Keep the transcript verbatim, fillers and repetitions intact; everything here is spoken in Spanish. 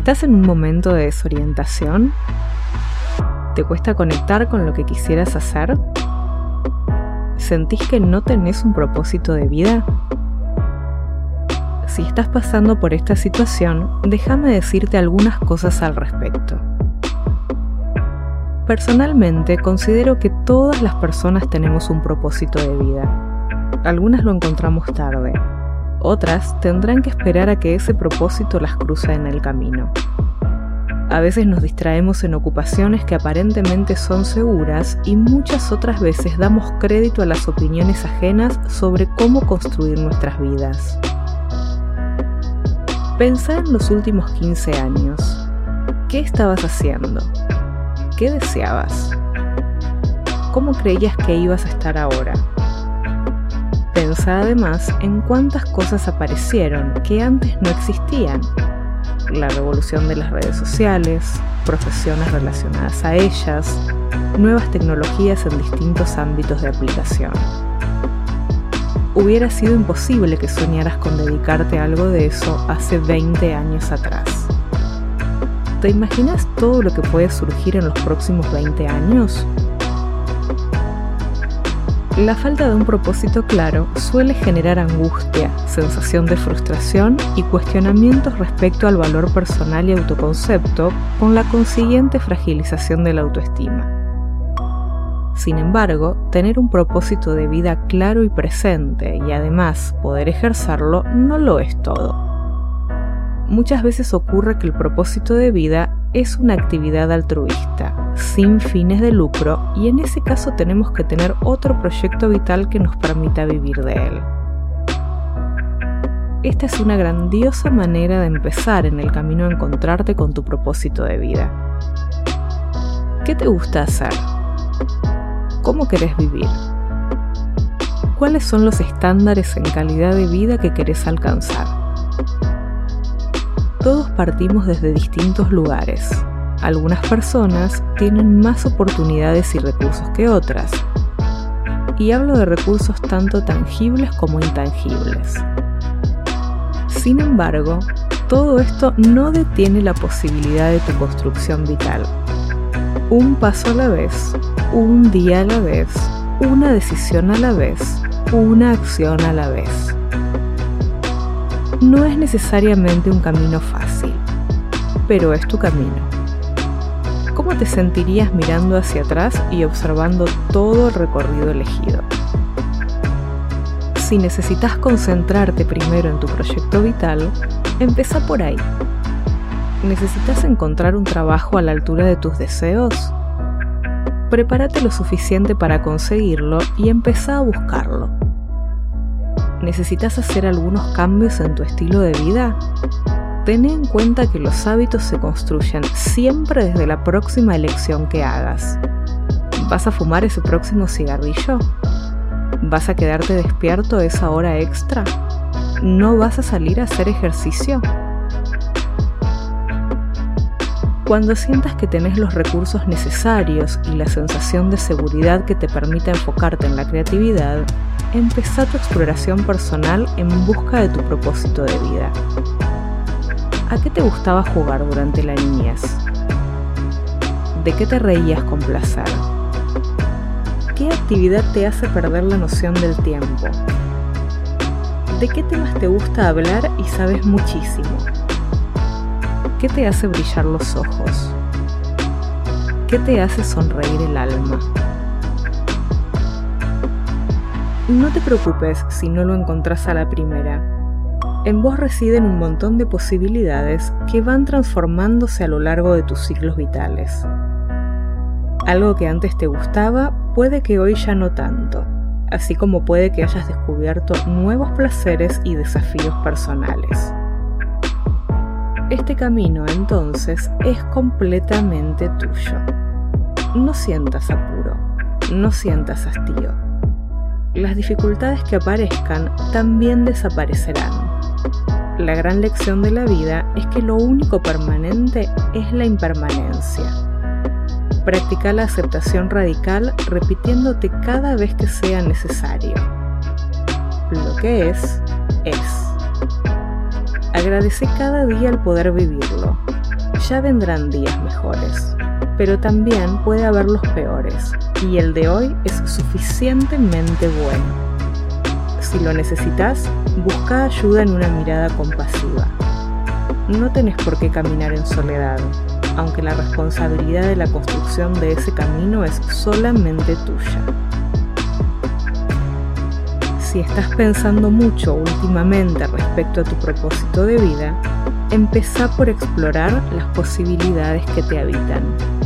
¿Estás en un momento de desorientación? ¿Te cuesta conectar con lo que quisieras hacer? ¿Sentís que no tenés un propósito de vida? Si estás pasando por esta situación, déjame decirte algunas cosas al respecto. Personalmente, considero que todas las personas tenemos un propósito de vida. Algunas lo encontramos tarde. Otras tendrán que esperar a que ese propósito las cruce en el camino. A veces nos distraemos en ocupaciones que aparentemente son seguras y muchas otras veces damos crédito a las opiniones ajenas sobre cómo construir nuestras vidas. Pensá en los últimos quince años. ¿Qué estabas haciendo? ¿Qué deseabas? ¿Cómo creías que ibas a estar ahora? Pensá además en cuántas cosas aparecieron que antes no existían. La revolución de las redes sociales, profesiones relacionadas a ellas, nuevas tecnologías en distintos ámbitos de aplicación. Hubiera sido imposible que soñaras con dedicarte a algo de eso hace veinte años atrás. ¿Te imaginas todo lo que puede surgir en los próximos veinte años? La falta de un propósito claro suele generar angustia, sensación de frustración y cuestionamientos respecto al valor personal y autoconcepto, con la consiguiente fragilización de la autoestima. Sin embargo, tener un propósito de vida claro y presente y además poder ejercerlo no lo es todo. Muchas veces ocurre que el propósito de vida es una actividad altruista, sin fines de lucro, y en ese caso tenemos que tener otro proyecto vital que nos permita vivir de él. Esta es una grandiosa manera de empezar en el camino a encontrarte con tu propósito de vida. ¿Qué te gusta hacer? ¿Cómo querés vivir? ¿Cuáles son los estándares en calidad de vida que querés alcanzar? Todos partimos desde distintos lugares. Algunas personas tienen más oportunidades y recursos que otras. Y hablo de recursos tanto tangibles como intangibles. Sin embargo, todo esto no detiene la posibilidad de tu construcción vital. Un paso a la vez, un día a la vez, una decisión a la vez, una acción a la vez. No es necesariamente un camino fácil, pero es tu camino. ¿Cómo te sentirías mirando hacia atrás y observando todo el recorrido elegido? Si necesitas concentrarte primero en tu proyecto vital, empieza por ahí. ¿Necesitas encontrar un trabajo a la altura de tus deseos? Prepárate lo suficiente para conseguirlo y empezá a buscarlo. ¿Necesitas hacer algunos cambios en tu estilo de vida? Ten en cuenta que los hábitos se construyen siempre desde la próxima elección que hagas. ¿Vas a fumar ese próximo cigarrillo? ¿Vas a quedarte despierto esa hora extra? ¿No vas a salir a hacer ejercicio? Cuando sientas que tenés los recursos necesarios y la sensación de seguridad que te permita enfocarte en la creatividad, empezá tu exploración personal en busca de tu propósito de vida. ¿A qué te gustaba jugar durante la niñez? ¿De qué te reías con placer? ¿Qué actividad te hace perder la noción del tiempo? ¿De qué temas te gusta hablar y sabes muchísimo? ¿Qué te hace brillar los ojos? ¿Qué te hace sonreír el alma? No te preocupes si no lo encontrás a la primera. En vos residen un montón de posibilidades que van transformándose a lo largo de tus ciclos vitales. Algo que antes te gustaba puede que hoy ya no tanto, así como puede que hayas descubierto nuevos placeres y desafíos personales. Este camino, entonces, es completamente tuyo. No sientas apuro, no sientas hastío. Las dificultades que aparezcan también desaparecerán. La gran lección de la vida es que lo único permanente es la impermanencia. Practica la aceptación radical repitiéndote cada vez que sea necesario. Lo que es, es. Agradece cada día el poder vivirlo. Ya vendrán días mejores, pero también puede haber los peores, y el de hoy es suficientemente bueno. Si lo necesitas, busca ayuda en una mirada compasiva. No tenés por qué caminar en soledad, aunque la responsabilidad de la construcción de ese camino es solamente tuya. Si estás pensando mucho últimamente respecto a tu propósito de vida, empezá por explorar las posibilidades que te habitan.